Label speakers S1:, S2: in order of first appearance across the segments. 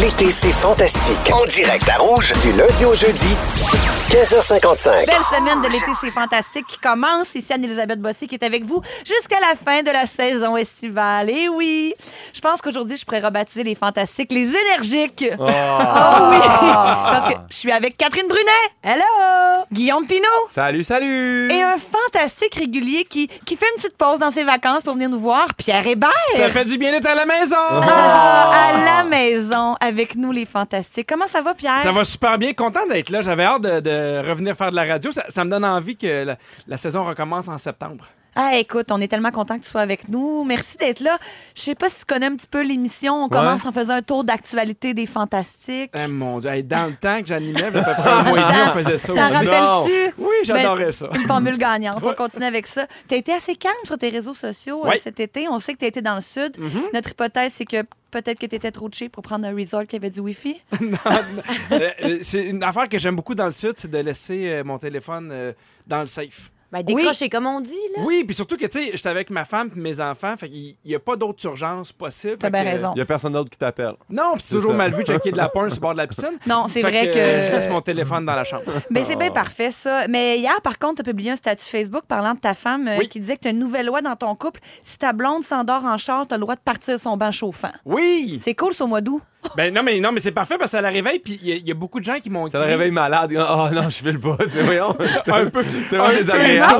S1: L'été, c'est fantastique. En direct à Rouge, du lundi au jeudi, 15h55.
S2: Belle semaine de l'été, c'est fantastique qui commence. Ici Anne-Élisabeth Bossy qui est avec vous jusqu'à la fin de la saison estivale. Et oui, je pense qu'aujourd'hui, je pourrais rebaptiser les fantastiques les énergiques. Oh, oui! Parce que je suis avec Catherine Brunet. Hello! Guillaume Pinault.
S3: Salut, salut!
S2: Et un fantastique régulier qui fait une petite pause dans ses vacances pour venir nous voir, Pierre Hébert.
S4: Ça fait du bien d'être à la maison!
S2: À la maison, avec nous, les fantastiques. Comment ça va, Pierre?
S4: Ça va super bien, content d'être là. J'avais hâte de revenir faire de la radio. Ça me donne envie que la saison recommence en septembre.
S2: Ah, écoute, on est tellement content que tu sois avec nous. Merci d'être là. Je sais pas si tu connais un petit peu l'émission. On commence en faisant un tour d'actualité des fantastiques.
S4: Eh mon Dieu, hey, dans le temps que j'animais, à peu près un mois et demi, on faisait ça
S2: T'en
S4: aussi.
S2: rappelles-tu?
S4: Oui, j'adorais ça.
S2: Une formule gagnante. On continue avec ça. Tu as été assez calme sur tes réseaux sociaux cet été. On sait que tu as été dans le Sud. Notre hypothèse, c'est que peut-être que tu étais trop cheap pour prendre un resort qui avait du Wi-Fi.
S4: C'est une affaire que j'aime beaucoup dans le Sud, c'est de laisser mon téléphone dans le safe.
S5: Ben, décrocher, comme on dit, là.
S4: Oui, puis surtout que, tu sais, j'étais avec ma femme et mes enfants, fait qu'il n'y a pas d'autres urgences possibles.
S2: T'as bien raison.
S3: Il n'y a personne d'autre qui t'appelle.
S4: Non, puis c'est toujours
S3: ça.
S4: mal vu de checker de la porn sur le bord de la piscine.
S2: Non, c'est
S4: Fait
S2: vrai que...
S4: je laisse mon téléphone dans la chambre.
S2: Ben, c'est bien parfait, ça. Mais hier, par contre, tu as publié un statut Facebook parlant de ta femme qui disait que tu as une nouvelle loi dans ton couple. Si ta blonde s'endort en char, tu as le droit de partir son bain chauffant.
S4: Oui!
S2: C'est cool, c'est au mois d'août.
S4: Ben non, mais c'est parfait parce que ça la réveille, puis il y a beaucoup de gens qui m'ont
S3: Ça le réveille malade. Oh non, je fais le bas. Voyons.
S4: un peu.
S3: C'est vraiment désagréable.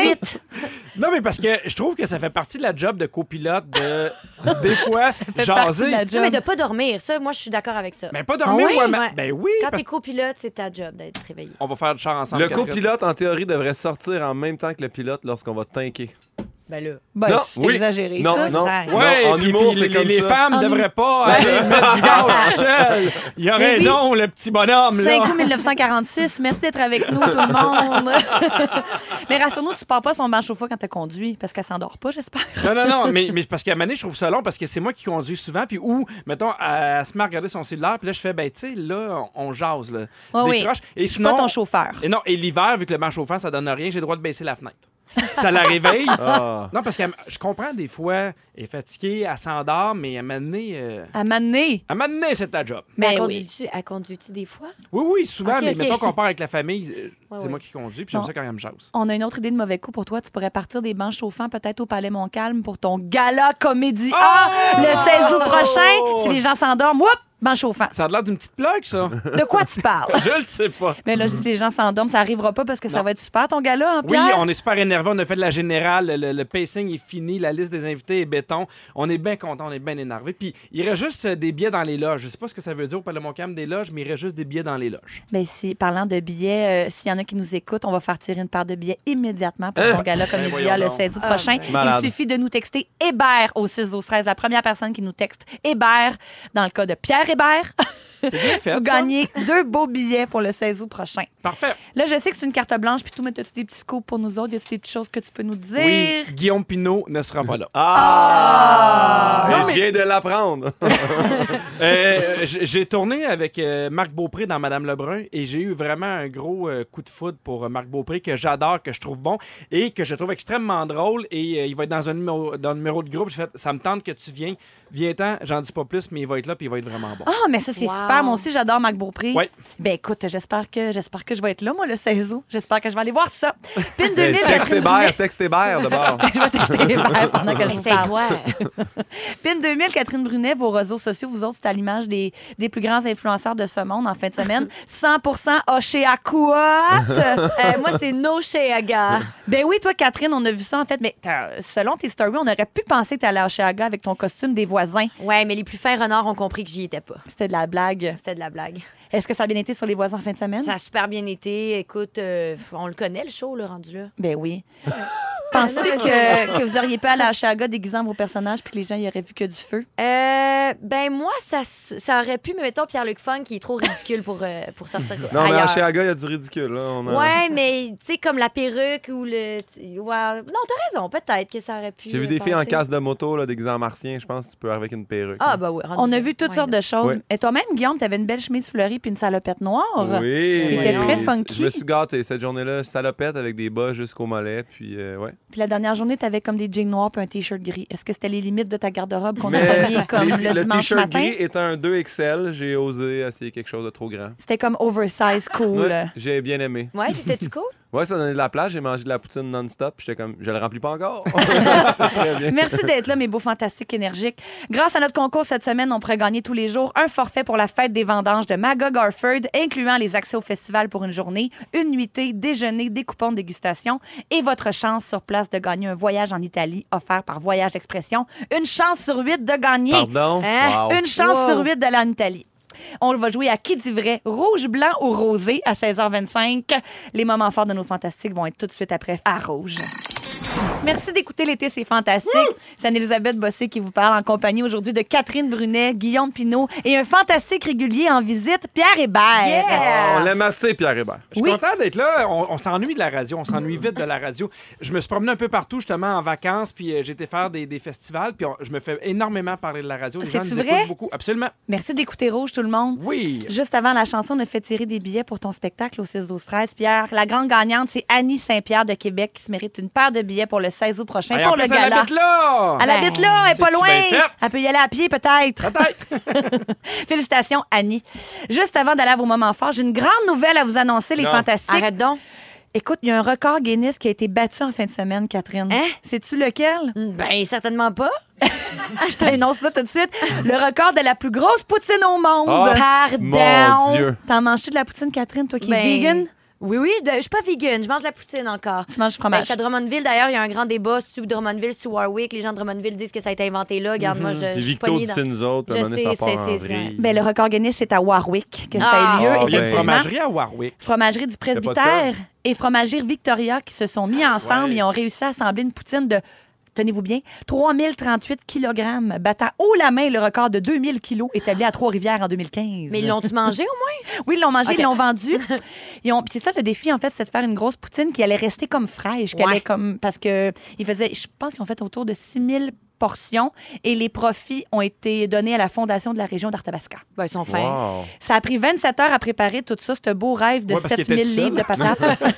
S4: Non, mais parce que je trouve que ça fait partie de la job de copilote de des fois
S2: Fait partie de la
S4: jaser.
S2: job.
S5: Non, mais de pas dormir, ça, moi, je suis d'accord avec ça.
S4: Mais pas dormir,
S2: Ah oui?
S4: ouais, mais-
S5: Ouais.
S4: ben oui,
S5: Quand
S4: parce
S5: t'es copilote, c'est ta job d'être réveillé.
S4: qu'on va faire du char ensemble.
S3: Le
S4: Catherine.
S3: copilote, en théorie, devrait sortir en même temps que le pilote lorsqu'on va tanker.
S5: Ben là.
S2: Ben,
S3: Non,
S2: c'est
S3: oui.
S2: exagéré,
S3: Non,
S2: ça.
S3: non.
S5: ça.
S4: Ouais,
S3: Non, en
S4: puis
S3: humour, c'est
S4: les,
S3: comme
S4: les
S3: ça.
S4: femmes ne devraient pas aller mettre du gaz seul. Il a
S2: Mais
S4: raison, le petit bonhomme, là.
S2: 5 août 1946. Merci d'être avec nous, tout le monde. Mais rassure-nous, tu pars pas son bain chauffant quand tu conduis, parce qu'elle s'endort pas, j'espère.
S4: Non, mais parce qu'à un moment donné, je trouve ça long parce que c'est moi qui conduis souvent, puis où, mettons, elle se met à regarder son cellulaire, puis là, je fais, ben, tu sais, là, on jase, là.
S2: Ouais, oui.
S4: Décroche. Et
S2: Je suis
S4: sinon,
S2: pas ton chauffeur.
S4: Et non, et l'hiver, vu que le banc chauffant, ça donne rien, j'ai le droit de baisser la fenêtre. Ça la réveille.
S3: Ah.
S4: Non, parce que je comprends des fois, elle est fatiguée, elle s'endort, mais à un moment donné,
S2: À m'amener.
S4: c'est ta job.
S2: Ben
S5: elle
S2: oui.
S5: conduit-tu des fois?
S4: Oui, souvent,
S5: Ok,
S4: mais
S5: ok.
S4: mettons qu'on part avec la famille, c'est
S5: ouais.
S4: moi qui conduis, puis j'aime
S2: Bon.
S4: ça quand elle me jase.
S2: On a une autre idée de mauvais coup pour toi. Tu pourrais partir des bancs chauffants peut-être au Palais Montcalm pour ton gala comédie le 16 août prochain. Si les gens s'endorment, whoop, banc chauffant.
S4: Ça a l'air d'une petite blague, ça.
S2: De quoi tu parles?
S4: Je le sais pas.
S2: Mais là, si les gens s'endorment, ça arrivera pas parce que ça va être super ton gala, hein,
S4: Oui,
S2: Pierre?
S4: on est super énervé. On a fait de la générale. Le pacing est fini. La liste des invités est béton. On est bien content. On est bien énervé. Puis, il reste juste des billets dans les loges. Je sais pas ce que ça veut dire au Palais Montcalm des loges, mais il reste juste des billets dans les loges.
S2: Ben, parlant de billets, s'il y en a qui nous écoutent, on va faire tirer une paire de billets immédiatement pour ton gala comédia
S4: voyons
S2: le
S4: donc.
S2: 16 août prochain.
S3: Malade.
S2: Il suffit de nous texter Hébert au 6 au 13. La première personne qui nous texte Hébert, dans le cas de Pierre Hébert,
S4: C'est bien fait,
S2: vous
S4: ça.
S2: gagnez 2 beaux billets pour le 16 août prochain.
S4: Parfait.
S2: Là, je sais que c'est une carte blanche, puis tout, mais as-tu des petits scoops pour nous autres? Y a-tu des petites choses que tu peux nous dire?
S4: Oui, Guillaume Pinault ne sera pas là.
S3: Et
S4: Non,
S3: je viens de l'apprendre.
S4: J'ai tourné avec Marc Beaupré dans Madame Lebrun et j'ai eu vraiment un gros coup de foudre pour Marc Beaupré que j'adore, que je trouve bon et que je trouve extrêmement drôle. Et il va être dans un numéro de groupe. J'ai fait, ça me tente que tu viennes. Viens-t'en, j'en dis pas plus, mais il va être là puis il va être vraiment bon.
S2: Ah, mais ça, c'est
S5: Wow.
S2: super. Moi aussi, j'adore Marc Beaupré.
S4: Ouais.
S2: Ben écoute, j'espère que je vais être là, moi, le 16 août. J'espère que je vais aller voir ça. Pin 2000,
S3: Texte Hébert d'abord.
S2: Je vais texter Hébert pendant que je vous parle.
S5: Essaye-toi.
S2: Pin 2000, Catherine Brunet, vos réseaux sociaux, vous autres, c'est à l'image des plus grands influenceurs de ce monde en fin de semaine. 100% Oceaquat.
S5: Moi, c'est No Sheaga.
S2: Ben oui, toi, Catherine, on a vu ça, en fait. Mais selon tes stories, on aurait pu penser que tu allais à Oceaga avec ton costume des voisins.
S5: Ouais, mais les plus fins renards ont compris que j'y étais pas.
S2: C'était de la blague.
S5: C'était de la blague.
S2: Est-ce que ça a bien été sur les voisins en fin de semaine?
S5: Ça a super bien été. Écoute, on le connaît, le show, là, rendu là.
S2: Ben oui. Penses-tu que vous auriez pu aller à Oceaga déguisant vos personnages puis que les gens y auraient vu que du feu?
S5: Ben moi, ça aurait pu, mais mettons Pierre-Luc Funk qui est trop ridicule pour sortir
S3: Non, mais
S5: ailleurs.
S3: à Chiaga, il y a du ridicule. Là.
S5: Ouais, mais tu sais, comme la perruque ou le... Ouais. Non, t'as raison, peut-être que ça aurait pu...
S3: J'ai vu des filles en
S5: passer.
S3: casque de moto là, déguisées en martien. Je pense que tu peux arriver avec une perruque.
S5: Ah, ben oui.
S2: On a vu toutes sortes de choses.
S3: Ouais.
S2: Et toi-même, Guillaume, t'avais une belle chemise fleurie puis une salopette noire.
S3: Oui.
S2: T'étais
S5: très
S2: funky.
S3: Je me suis gâté cette journée-là, salopette avec des bas jusqu'au mollet. Puis, ouais.
S2: Puis la dernière journée, tu avais comme des jeans noirs puis un T-shirt gris. Est-ce que c'était les limites de ta garde-robe qu'on a
S3: Mais
S2: reliées comme le
S3: le
S2: dimanche
S3: t-shirt
S2: matin?
S3: gris étant un 2XL, j'ai osé essayer quelque chose de trop grand.
S2: C'était comme oversize cool.
S3: Ouais, j'ai bien aimé.
S5: Ouais, t'étais-tu cool?
S3: Ouais, ça donnait de la place. J'ai mangé de la poutine non-stop. J'étais comme, je le remplis pas encore. C'est très bien.
S2: Merci d'être là, mes beaux fantastiques énergiques. Grâce à notre concours cette semaine, on pourrait gagner tous les jours un forfait pour la fête des vendanges de Magog Orford, incluant les accès au festival pour une journée, une nuitée, déjeuner, des coupons de dégustation et votre chance sur place de gagner un voyage en Italie offert par Voyage Expression. Une chance sur 8 de gagner.
S3: Pardon?
S5: Hein?
S3: Wow.
S2: Une chance sur 8 d'aller en Italie. On va jouer à Qui dit vrai, rouge, blanc ou rosé à 16h25. Les moments forts de nos fantastiques vont être tout de suite après à rouge. Merci d'écouter L'été, c'est fantastique. C'est Anne-Élisabeth Bossé qui vous parle en compagnie aujourd'hui de Catherine Brunet, Guillaume Pinault et un fantastique régulier en visite, Pierre Hébert.
S5: Yeah!
S3: On l'aime assez, Pierre Hébert.
S4: Je suis content d'être là. On s'ennuie de la radio. On s'ennuie vite de la radio. Je me suis promené un peu partout, justement, en vacances, puis j'ai été faire des festivals, puis je me fais énormément parler de la radio. Les gens
S2: C'est-tu
S4: nous
S2: vrai?
S4: écoutent beaucoup. Absolument.
S2: Merci d'écouter Rouge, tout le monde.
S4: Oui.
S2: Juste avant la chanson, on a fait tirer des billets pour ton spectacle au 6-12-13. Pierre, la grande gagnante, c'est Annie Saint-Pierre de Québec qui se mérite une paire de billets pour le 16 août prochain
S4: Hey,
S2: pour
S4: en
S2: le
S4: plus, elle
S2: gala.
S4: habite là.
S2: Elle habite là, elle est pas
S4: C'est-tu
S2: loin.
S4: bien fait?
S2: Elle peut y aller à pied, peut-être.
S4: Peut-être.
S2: Félicitations, Annie. Juste avant d'aller à vos moments forts, j'ai une grande nouvelle à vous annoncer, les
S3: Non.
S2: fantastiques.
S5: Arrête donc.
S2: Écoute, il y a un record Guinness qui a été battu en fin de semaine, Catherine.
S5: Hein?
S2: Sais-tu lequel?
S5: Ben, certainement pas.
S2: Je t'annonce ça tout de suite. Le record de la plus grosse poutine au monde.
S3: Ah,
S5: Pardon.
S3: Mon Dieu.
S2: T'en manges-tu de la poutine, Catherine, toi qui
S5: Ben,
S2: es vegan?
S5: Oui, je suis pas vegan. Je mange de la poutine encore.
S2: Tu manges du
S5: Ben,
S2: fromage.
S5: je suis à Drummondville, d'ailleurs, il y a un grand débat. C'est-tu Drummondville, c'est-tu Warwick. Les gens de Drummondville disent que ça a été inventé là. Regarde, moi, je
S3: Les
S5: suis
S3: Victo
S5: pognée
S3: d'ici
S5: dans...
S3: nous autres, puis à un
S5: Je
S3: moment donné, ça
S5: sais,
S3: part en
S5: c'est-
S3: vrille.
S2: Ben, le record Guinness, c'est à Warwick que ça
S5: Ah,
S2: a lieu,
S3: ah,
S4: Il y a une
S2: effectivement.
S4: fromagerie à Warwick.
S2: Fromagerie du Presbytère et Fromagerie Victoria qui se sont mis ensemble
S4: Ouais.
S2: et ont réussi à assembler une poutine de, tenez-vous bien, 3038 kg, battant haut la main le record de 2000 kg établi à Trois-Rivières en 2015.
S5: Mais ils l'ont-tu mangé au moins?
S2: Oui, ils l'ont mangé,
S5: Ok.
S2: ils l'ont vendu. Puis c'est ça le défi, en fait, c'est de faire une grosse poutine qui allait rester comme fraîche, qui
S5: Ouais.
S2: allait comme... Parce que ils faisaient, je pense qu'ils ont fait autour de 6000 portions et les profits ont été donnés à la Fondation de la région d'Arthabasca.
S5: Ben, ils sont fins.
S3: Wow.
S2: Ça a pris 27 heures à préparer tout ça, ce beau rêve de
S4: Ouais, parce qu'il
S2: 7000
S4: était tout
S2: livres de
S4: seul.
S2: patates.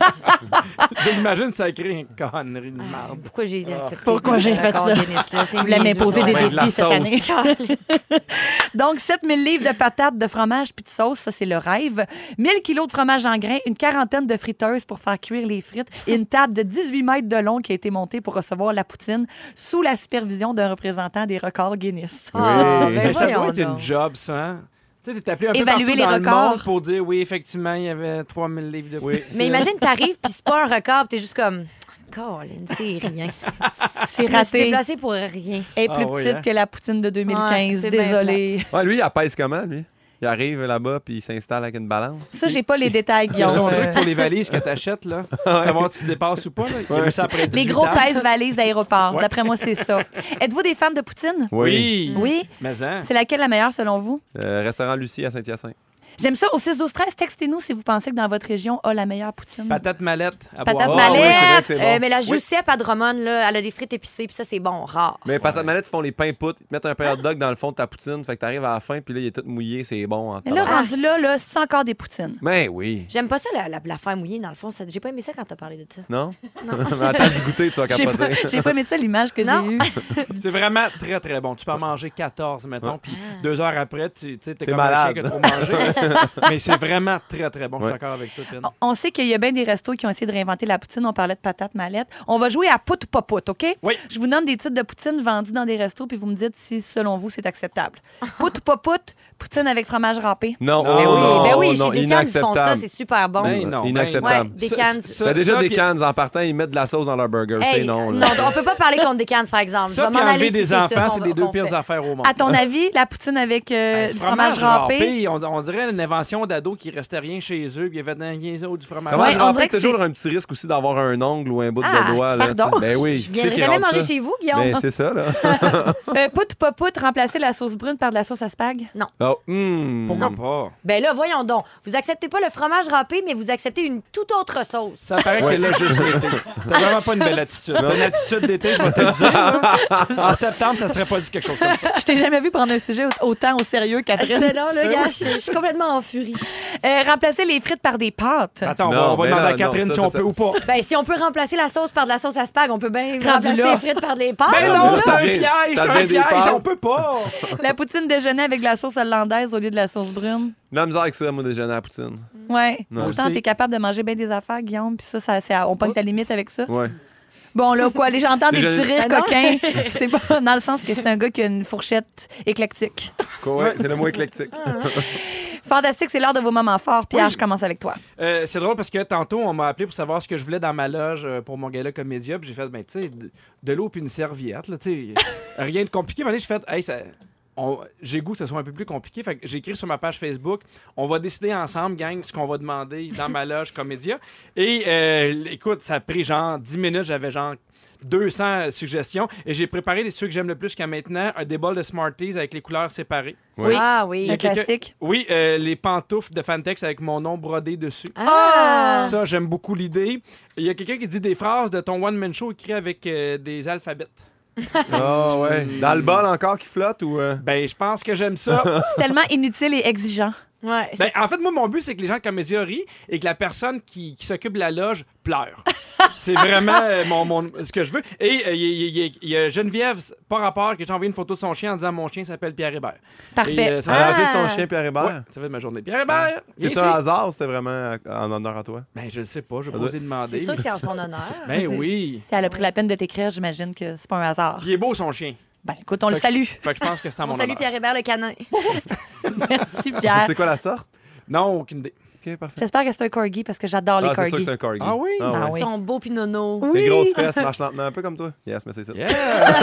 S4: Je l'imagine, ça a créé une connerie de merde.
S5: Pourquoi j'ai accepté
S2: Pourquoi j'ai fait
S5: record
S2: ça?
S5: Guinness, là? C'est
S2: Je voulais
S5: niaiseux,
S2: m'imposer
S5: ça.
S2: des
S3: Ouais, de la
S2: défis cette
S3: sauce.
S2: année. Donc, 7000 livres de patates, de fromage puis de sauce, ça, c'est le rêve. 1000 kilos de fromage en grains, une quarantaine de friteuses pour faire cuire les frites et une table de 18 mètres de long qui a été montée pour recevoir la poutine sous la supervision d'un représentant des records Guinness.
S5: Ah,
S3: Oui.
S5: ben
S4: Mais ça doit
S5: voyons
S4: être une
S5: donc.
S4: job, ça. Hein? Tu sais, t'es appelé un peu
S2: Évaluer
S4: partout
S2: les
S4: dans
S2: records.
S4: le monde pour dire, oui, effectivement, il y avait 3000 livres de
S3: Oui.
S5: Mais imagine, t'arrives, puis c'est pas un record, puis t'es juste comme... Colin, c'est rien.
S2: C'est
S5: Je me suis
S2: raté.
S5: déplacée pour rien.
S2: Elle est plus
S4: Ah oui,
S2: petite
S4: hein?
S2: que la poutine de 2015.
S5: Ouais, c'est bien
S2: Désolée.
S3: Ouais, lui, il apaise comment, lui? Il arrive là-bas, puis il s'installe avec une balance.
S2: Ça, j'ai pas les détails,
S4: Il y a son
S2: Guillaume.
S4: truc pour les valises que t'achètes, là. Savoir si tu dépasses ou pas, là. Il y a eu ça après 18
S2: Les gros
S4: ans.
S2: pèse-valises d'aéroport.
S4: Ouais.
S2: D'après moi, c'est ça. Êtes-vous des fans de poutine?
S4: Oui.
S2: Oui.
S4: Mais hein.
S2: C'est laquelle la meilleure selon vous?
S3: Restaurant Lucie à Saint-Hyacinthe.
S2: J'aime ça. Au 6-12-13, textez-nous si vous pensez que dans votre région a la meilleure poutine.
S4: Patate mallette à
S2: Patate
S4: boire.
S3: Ah oui, c'est vrai
S5: Mallette!
S3: que c'est bon.
S5: Mais la
S4: Oui.
S5: Giuseppe à Drummond, là, elle a des frites épicées, puis ça, c'est bon, rare.
S3: Mais patates mallettes, ils font les pains poutres. Ils te mettent un pain hot dog dans le fond de ta poutine. Fait que t'arrives à la fin, puis là, il est tout mouillé. C'est bon. En
S2: Mais là,
S3: tabarnak.
S2: rendu là, c'est encore des poutines.
S3: Ben oui.
S5: J'aime pas ça, la faire mouiller, dans le fond. J'ai pas aimé ça quand t'as parlé de ça.
S3: Non? Mais attends du goûter, tu vas
S2: J'ai
S3: capoter.
S2: pas aimé ça, l'image que
S5: Non.
S2: j'ai eue.
S4: C'est vraiment très, très bon. Tu peux en manger 14, mettons, puis 2 heures après, tu sais, t'es comme
S3: malade.
S4: un chien qui a trop mangé. Mais c'est vraiment très, très bon. Je suis
S3: Ouais.
S4: d'accord avec toi, Pin.
S2: On sait qu'il y a bien des restos qui ont essayé de réinventer la poutine. On parlait de patates mallettes. On va jouer à pout ou pas pout, OK?
S4: Oui.
S2: Je vous nomme des titres de poutine vendus dans des restos, puis vous me dites si, selon vous, c'est acceptable. Pout ou pas pout, poutine avec fromage râpé.
S3: Non,
S4: Non.
S5: Ben oui,
S3: oh,
S5: ben oui,
S3: non,
S5: chez des cannes, ils font ça,
S3: inacceptable.
S5: c'est super bon.
S4: Ben non,
S3: Inacceptable.
S5: Ouais, des cannes.
S3: Ben déjà, des
S4: puis-
S3: cannes en partant, ils mettent de la sauce dans leur burger.
S5: Hey,
S3: C'est non.
S5: non,
S3: Là.
S5: on peut pas parler contre des cannes, par exemple. Je
S4: Ça,
S5: vais
S4: puis
S5: m'en aller
S4: enlever
S5: si
S4: des
S5: ça
S4: enfants,
S5: qu'on
S4: c'est
S5: va-
S4: les deux
S5: qu'on
S4: pires
S5: fait.
S4: affaires au monde.
S2: À ton avis, la poutine avec
S4: Ben,
S2: du fromage râpé.
S4: on dirait une invention d'ado qui restait rien chez eux, puis il y avait dans les autres du fromage.
S3: Comment
S2: Ouais,
S3: je
S2: on
S3: rappelle
S2: dirait que
S3: toujours
S2: c'est-
S3: un petit risque aussi d'avoir un ongle ou un bout
S5: Ah,
S3: de doigt. Là,
S2: pardon.
S3: tu sais. Ben oui.
S5: Je
S3: qui c'est
S5: viendrai
S3: qui
S5: jamais
S3: rentre
S5: manger
S3: ça?
S5: chez vous, Guillaume.
S3: Ben, c'est ça, là.
S2: Pout ou pas pout, remplacer la sauce brune par de la sauce à spag.
S3: Oh,
S4: Pourquoi pas?
S5: Ben là, voyons donc. Vous acceptez pas le fromage râpé, mais vous acceptez une toute autre sauce.
S4: Ça paraît que là, juste l'été. T'as vraiment pas une belle attitude. T'as une attitude d'été, je vais te le dire. là. En septembre, ça serait pas dit quelque chose comme ça.
S2: Je t'ai jamais vu prendre un sujet autant au sérieux, Catherine.
S5: Non, le gars, je suis complètement tellement en furie.
S2: Remplacer les frites par des pâtes.
S4: Attends,
S3: Non,
S4: on va
S3: ben
S4: demander
S3: là,
S4: à Catherine
S3: non,
S4: si
S3: ça,
S4: on
S3: ça-
S4: peut ou pas.
S5: Ben, si on peut remplacer la sauce par de la sauce à spag, on peut bien remplacer
S2: là.
S5: les frites par des pâtes.
S4: Ben
S3: mais
S4: non,
S3: là,
S4: c'est
S3: ça
S4: un
S3: devient-
S4: piège,
S3: ça
S4: c'est un
S3: devient des
S4: piège,
S3: pâtes.
S4: on peut pas.
S2: La poutine déjeuner avec de la sauce hollandaise au lieu de la sauce brune.
S3: La misère avec ça, moi, déjeuner à la poutine.
S2: Ouais.
S3: Non.
S2: Pourtant,
S4: Aussi.
S2: t'es capable de manger bien des affaires, Guillaume, puis ça on pogne ta limite avec ça.
S3: Ouais.
S2: Bon, là, quoi, les gens entendent des
S3: Déjeuner-
S2: petits rires
S5: Ah non.
S2: coquins. C'est pas dans le sens que c'est un gars qui a une fourchette éclectique.
S3: Quoi, ouais, c'est le mot éclectique.
S2: Fantastique, c'est l'heure de vos moments forts. Pierre, je commence avec toi.
S4: C'est drôle parce que tantôt, on m'a appelé pour savoir ce que je voulais dans ma loge pour mon gala Comédia. Puis j'ai fait, ben, tu sais, de l'eau puis une serviette, là, tu sais. Rien de compliqué. Mais j'ai fait, hey, j'ai goût que ce soit un peu plus compliqué. Fait que j'ai écrit sur ma page Facebook, on va décider ensemble, gang, ce qu'on va demander dans ma loge Comédia. Et écoute, ça a pris genre 10 minutes. J'avais genre 200 suggestions. Et j'ai préparé les ceux que j'aime le plus jusqu'à maintenant. Des bols de Smarties avec les couleurs séparées.
S3: Oui.
S5: Ah oui.
S2: Le
S4: quelqu'un-
S2: classique.
S4: Oui, les pantoufles de Fantex avec mon nom brodé dessus.
S5: Ah!
S4: Ça, j'aime beaucoup l'idée. Il y a quelqu'un qui dit des phrases de ton one-man show écrit avec des alphabets.
S3: Ah ouais. Dans le bol encore qui flotte ou.
S4: Ben, je pense que j'aime ça.
S2: C'est tellement inutile et exigeant.
S5: Ouais.
S4: Ben, en fait, moi, mon but, c'est que les gens de Comédia rient et que la personne qui s'occupe de la loge pleure. C'est vraiment ce que je veux. Et il y a Geneviève, pas rapport, qui a envoyé une photo de son chien en disant « Mon chien s'appelle Pierre Hébert ».
S2: Parfait.
S4: Et, ça
S3: Elle a appelé
S5: Ah.
S3: son chien Pierre Hébert.
S4: Ouais, ça fait de ma journée. Pierre Hébert! viens
S3: C'est
S4: ici.
S3: un hasard ou c'était vraiment en honneur à toi?
S4: Ben, je le sais pas, je vais
S3: doit-
S4: oser demander.
S5: C'est sûr
S4: mais-
S5: que c'est en son honneur.
S4: Ben oui.
S2: Si elle a pris la peine de t'écrire, j'imagine que c'est pas un hasard.
S4: Il est beau, son chien.
S2: Ben, écoute, on le
S4: Fait que-
S2: salue.
S4: Fait que je pense que c'est à mon
S5: On salue
S4: honneur.
S5: Pierre Hébert le canin.
S2: Merci, Pierre.
S3: C'est quoi la sorte?
S4: Non, aucune idée.
S3: Ok, parfait.
S2: J'espère que c'est un corgi parce que j'adore les
S3: Ah, c'est sûr que
S2: corgis.
S3: c'est un corgi.
S4: Ah oui?
S2: Ah
S3: ouais.
S2: oui.
S5: Ils sont beaux pis nono.
S3: Les grosses fesses marchent lentement, un peu comme toi. Yes, mais c'est ça.
S4: Yeah!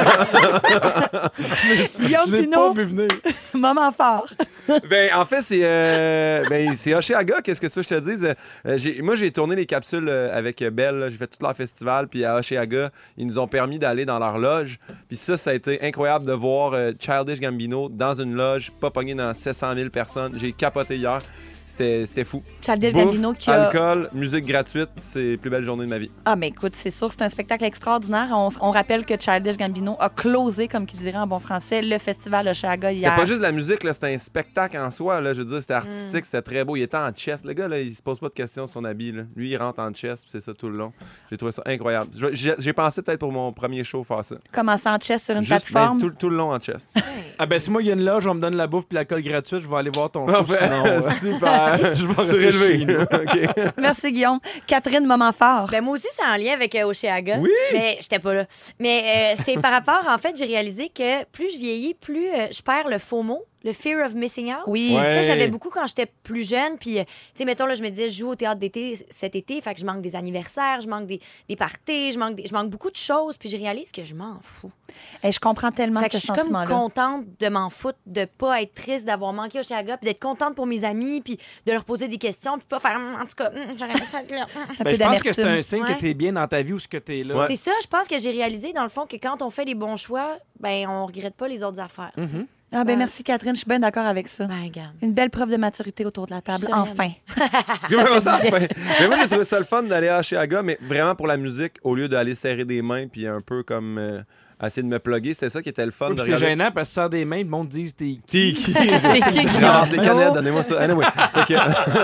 S2: Guillaume
S4: Je l'ai
S2: Pinot,
S4: pas vu venir.
S2: moment fort.
S3: Ben, en fait, c'est Oshéaga, qu'est-ce que tu veux que je te dise? Moi, j'ai tourné les capsules avec Belle, là. J'ai fait tout leur festival, puis à Oshéaga, ils nous ont permis d'aller dans leur loge. Puis ça a été incroyable de voir Childish Gambino dans une loge, pas pogné dans 700 000 personnes. J'ai capoté hier. C'était fou.
S2: Childish
S3: Bouffe,
S2: Gambino qui a...
S3: alcool, musique gratuite, c'est la plus belle journée de ma vie.
S2: Ah, mais écoute, c'est sûr, c'est un spectacle extraordinaire. On rappelle que Childish Gambino a closé, comme qu'il dirait en bon français, le festival Oshéaga hier.
S3: C'était pas juste de la musique, là, c'était un spectacle en soi. Là, je veux dire, c'était artistique, c'était très beau. Il était en chest. Le gars, là, il se pose pas de questions sur son habit. Là. Lui, il rentre en chest, puis c'est ça tout le long. J'ai trouvé ça incroyable. J'ai pensé peut-être pour mon premier show faire ça.
S2: Commencer en chess sur une
S3: Juste,
S2: plateforme.
S3: ben, tout le long en chest.
S4: Ah ben si moi il y a une loge, on me donne la bouffe puis l'alcool gratuit, je vais aller voir ton show.
S3: Parfait.
S4: sinon,
S3: Super.
S4: je vais rester
S3: Surélevé.
S4: chez nous.
S3: OK.
S2: Merci, Guillaume. Catherine, moment fort.
S5: Ben moi aussi, c'est en lien avec Oshéaga.
S3: Oui.
S5: Mais j'étais pas là. Mais c'est par rapport, en fait, j'ai réalisé que plus je vieillis, plus je perds le FOMO, le fear of missing out.
S2: Oui.
S4: Ouais.
S5: Ça, j'avais beaucoup quand j'étais plus jeune. Puis, tu sais, mettons, là, je me disais, je joue au théâtre d'été cet été. Fait que je manque des anniversaires, je manque des parties, je manque beaucoup de choses. Puis, je réalise que je m'en fous.
S2: Et je comprends tellement
S5: Fait que
S2: ce
S5: je suis comme
S2: sentiment-là.
S5: contente de m'en foutre, de pas être triste d'avoir manqué au Chiaga, puis d'être contente pour mes amis, puis de leur poser des questions, puis pas faire en tout cas, j'aurais aimé ça être là.
S2: Un
S4: Ben,
S2: peu
S4: je pense que c'est
S2: d'amertume.
S4: un signe
S5: Ouais.
S4: que t'es bien dans ta vie ou ce que t'es là.
S3: Ouais.
S5: C'est ça, je pense que j'ai réalisé dans le fond que quand on fait les bons choix, ben on regrette pas les autres affaires.
S4: Mhm.
S2: Ah, ben
S5: Ouais.
S2: merci, Catherine. Je suis bien d'accord avec ça.
S5: Ben regarde.
S2: Une belle preuve de maturité autour de la table.
S5: Je te
S2: Enfin.
S3: Comment ça, enfin? Mais moi, j'ai trouvé ça le fun d'aller à Oshéaga, mais vraiment pour la musique, au lieu d'aller serrer des mains puis un peu comme essayer de me plugger. C'était ça qui était le fun
S4: Oui,
S3: de
S4: puis c'est
S3: regarder.
S4: gênant parce que tu sors des mains, le monde dit t'es
S3: T'es qui?
S2: T'es qui,
S3: Je ramasse les
S2: Guillaume?
S3: canettes, donnez-moi ça. Anyway. Fait que-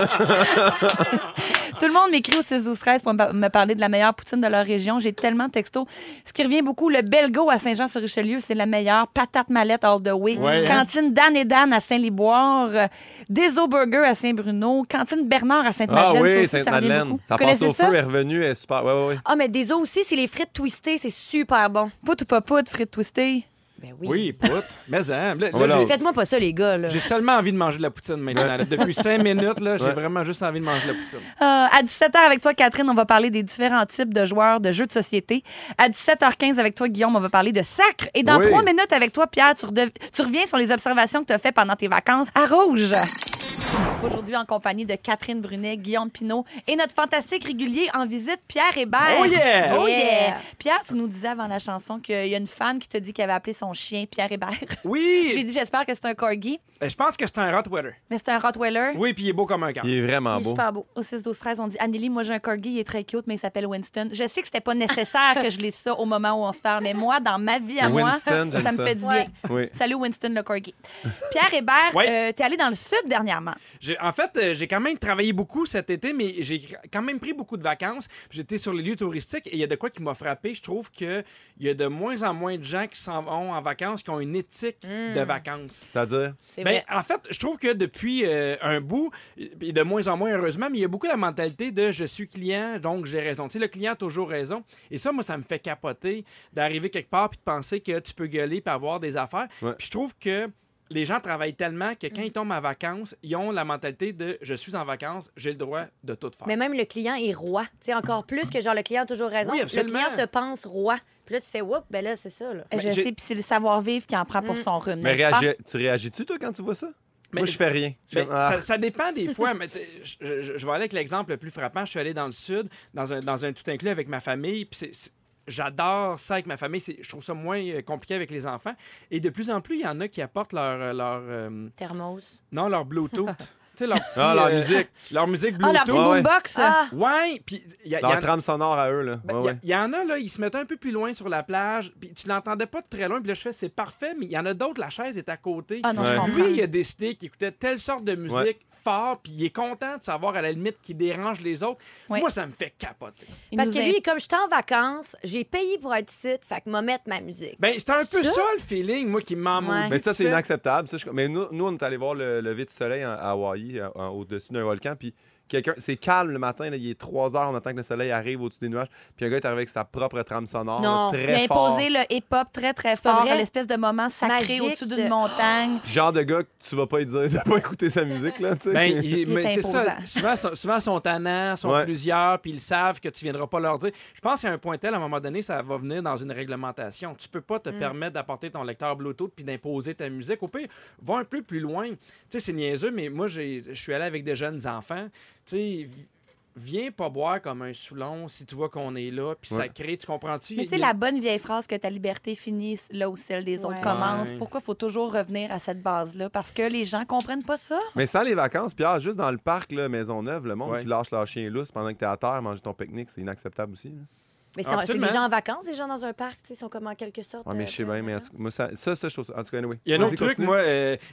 S2: Tout le monde m'écrit au 6-12-13 pour me parler de la meilleure poutine de leur région. J'ai tellement de textos. Ce qui revient beaucoup, le Belgo à Saint-Jean-sur-Richelieu, c'est la meilleure. Patate mallette all the way.
S4: Ouais, hein?
S2: Cantine Dan et Dan à Saint-Liboire. Deso Burger à Saint-Bruno. Cantine Bernard à
S3: Ah
S2: Sainte-Madeleine.
S3: oui,
S2: ça aussi, ça revient
S3: Sainte-Madeleine.
S2: beaucoup.
S3: Ça
S2: Vous
S3: passe
S2: connaissez
S3: au
S2: ça?
S3: feu, est revenu, elle est super. Ouais, ouais, ouais.
S5: Ah, mais des os aussi, c'est les frites twistées, c'est super bon.
S2: Pout ou pas pout, frites twistées.
S5: Ben
S4: Oui, pout. Mais hein, là,
S3: Voilà.
S4: j'ai-
S5: Faites-moi pas ça, les gars, là.
S4: j'ai seulement envie de manger de la poutine maintenant. là. Depuis 5 minutes, là, j'ai
S3: Ouais.
S4: vraiment juste envie de manger de la poutine.
S2: À 17h avec toi, Catherine, on va parler des différents types de joueurs de jeux de société. À 17h15 avec toi, Guillaume, on va parler de sacre. Et dans
S3: Oui.
S2: 3 minutes avec toi, Pierre, tu reviens sur les observations que tu as faites pendant tes vacances à Rouge. Aujourd'hui, en compagnie de Catherine Brunet, Guillaume Pinot et notre fantastique régulier en visite, Pierre Hébert.
S4: Oh yeah!
S2: Oh yeah!
S5: Yeah!
S2: Pierre, tu nous disais avant la chanson qu'il y a une fan qui te dit qu'elle avait appelé son chien Pierre Hébert.
S4: Oui!
S2: J'ai dit, j'espère que c'est un corgi,
S4: Je pense que c'est un Rottweiler.
S2: mais c'est un Rottweiler.
S4: Oui, puis il est beau comme un camp.
S3: Il est vraiment
S5: Il est
S3: beau.
S5: super beau.
S2: Au 6-12-13, on dit Anneli, moi j'ai un corgi, il est très cute, mais il s'appelle Winston. Je sais que c'était pas nécessaire que je lise ça au moment où on se parle, mais moi, dans ma vie à
S3: Winston,
S2: moi,
S3: j'aime
S2: ça me
S3: ça.
S2: fait du bien.
S5: Ouais.
S3: Oui.
S2: Salut Winston le corgi. Pierre Hébert,
S4: Ouais.
S2: t'es allé dans le sud dernièrement. Vraiment.
S4: En fait, j'ai quand même travaillé beaucoup cet été, mais j'ai quand même pris beaucoup de vacances. J'étais sur les lieux touristiques et il y a de quoi qui m'a frappé. Je trouve qu'il y a de moins en moins de gens qui s'en vont en vacances, qui ont une éthique de vacances.
S3: C'est-à-dire?
S5: C'est
S4: Ben,
S5: vrai.
S4: en fait, je trouve que depuis un bout, et de moins en moins heureusement, mais il y a beaucoup la mentalité de je suis client, donc j'ai raison. Tu sais, le client a toujours raison. Et ça, moi, ça me fait capoter d'arriver quelque part puis de penser que tu peux gueuler puis avoir des affaires.
S3: Ouais.
S4: Puis je trouve que les gens travaillent tellement que quand ils tombent en vacances, ils ont la mentalité de je suis en vacances, j'ai le droit de tout faire.
S5: Mais même le client est roi. Tu sais, encore plus que genre le client a toujours raison.
S4: Oui,
S5: le
S4: absolument.
S5: client se pense roi. Puis là, tu fais whoop, ben là, c'est ça. Là.
S2: Je sais, puis c'est le savoir-vivre qui en prend pour son rhume.
S3: Mais
S2: n'est-ce pas?
S3: tu réagis-tu, toi, quand tu vois ça?
S4: Mais-
S3: Moi, je fais rien.
S4: Ben, ça dépend des fois, mais je vais aller avec l'exemple le plus frappant. Je suis allé dans le sud, dans un tout inclus avec ma famille, puis j'adore ça avec ma famille. Je trouve ça moins compliqué avec les enfants. Et de plus en plus, il y en a qui apportent leur
S5: Thermos.
S4: Bluetooth. Tu sais, leur petit,
S3: leur musique.
S4: Leur musique
S2: Ah,
S4: Bluetooth.
S2: leur petit
S3: Ouais, ouais.
S2: boombox!
S5: Ah!
S4: Ouais, puis il y
S3: Leur trame sonore à eux, là.
S4: ben,
S3: Ouais, ouais.
S4: y en a, là, ils se mettent un peu plus loin sur la plage, puis tu l'entendais pas de très loin, puis là, je fais, c'est parfait, mais il y en a d'autres, la chaise est à côté.
S2: Ah non, je
S3: Ouais.
S2: comprends.
S4: Lui, il a décidé qu'il écoutait telle sorte de musique
S3: Ouais.
S4: fort, puis il est content de savoir, à la limite, qu'il dérange les autres.
S2: Ouais.
S4: Moi, ça me fait capoter.
S2: Il
S5: Parce
S2: nous
S5: que
S2: a-
S5: lui, comme je suis en vacances, j'ai payé pour être ici, fait que m'a mettre ma musique.
S4: Ben, c'était un peu
S5: Ça?
S4: ça, le feeling, moi, qui m'en
S5: Ouais.
S4: maudit.
S3: Mais ça,
S4: Tu
S3: c'est
S4: fais-
S3: inacceptable. Ça, mais nous, on est allé voir le lever du soleil à Hawaï, au-dessus d'un volcan. Puis c'est calme le matin. Là, il est 3 heures, on attend que le soleil arrive au-dessus des nuages. Puis un gars est arrivé avec sa propre trame sonore.
S5: Non,
S3: là,
S2: Il
S3: très
S2: a
S3: fort.
S2: imposé le hip-hop très, très
S5: pas
S2: fort,
S5: vrai?
S2: l'espèce de moment sacré
S5: Magique
S2: au-dessus
S5: de-
S2: d'une montagne.
S3: Genre de gars que tu vas pas lui dire de pas écouter sa musique, là, tu sais.
S4: Ben,
S2: Il
S4: mais
S2: est
S4: c'est ça.
S2: imposant.
S4: Souvent, ils sont tannants, sont
S3: Ouais.
S4: plusieurs, puis ils savent que tu viendras pas leur dire. Je pense qu'à un point tel, à un moment donné, ça va venir dans une réglementation. Tu peux pas te permettre d'apporter ton lecteur Bluetooth puis d'imposer ta musique. Au pire, va un peu plus loin. Tu sais, c'est niaiseux, mais moi, je suis allé avec des jeunes enfants. Tu sais, viens pas boire comme un Soulon si tu vois qu'on est là, puis ça
S3: Ouais.
S4: crée, tu comprends-tu?
S2: Mais tu sais, la bonne vieille phrase que ta liberté finit là où celle des autres
S5: Ouais.
S2: commence.
S4: Ouais.
S2: Pourquoi il faut toujours revenir à cette base-là? Parce que les gens comprennent pas ça.
S3: Mais sans les vacances, Pierre, juste dans le parc, là, Maisonneuve, le monde
S4: Ouais.
S3: qui lâche leur chien lousse pendant que t'es à terre, manger ton pique-nique, c'est inacceptable aussi. Là.
S5: Mais c'est
S4: Absolument.
S5: des gens en vacances, des gens dans un parc, tu sais, ils sont comme en quelque sorte.
S3: Ouais, mais je sais bien, mais en tout cas, moi, ça, je trouve ça. En tout cas, anyway.
S4: Il y a un
S3: Vas-y,
S4: autre truc,
S3: continue.
S4: moi,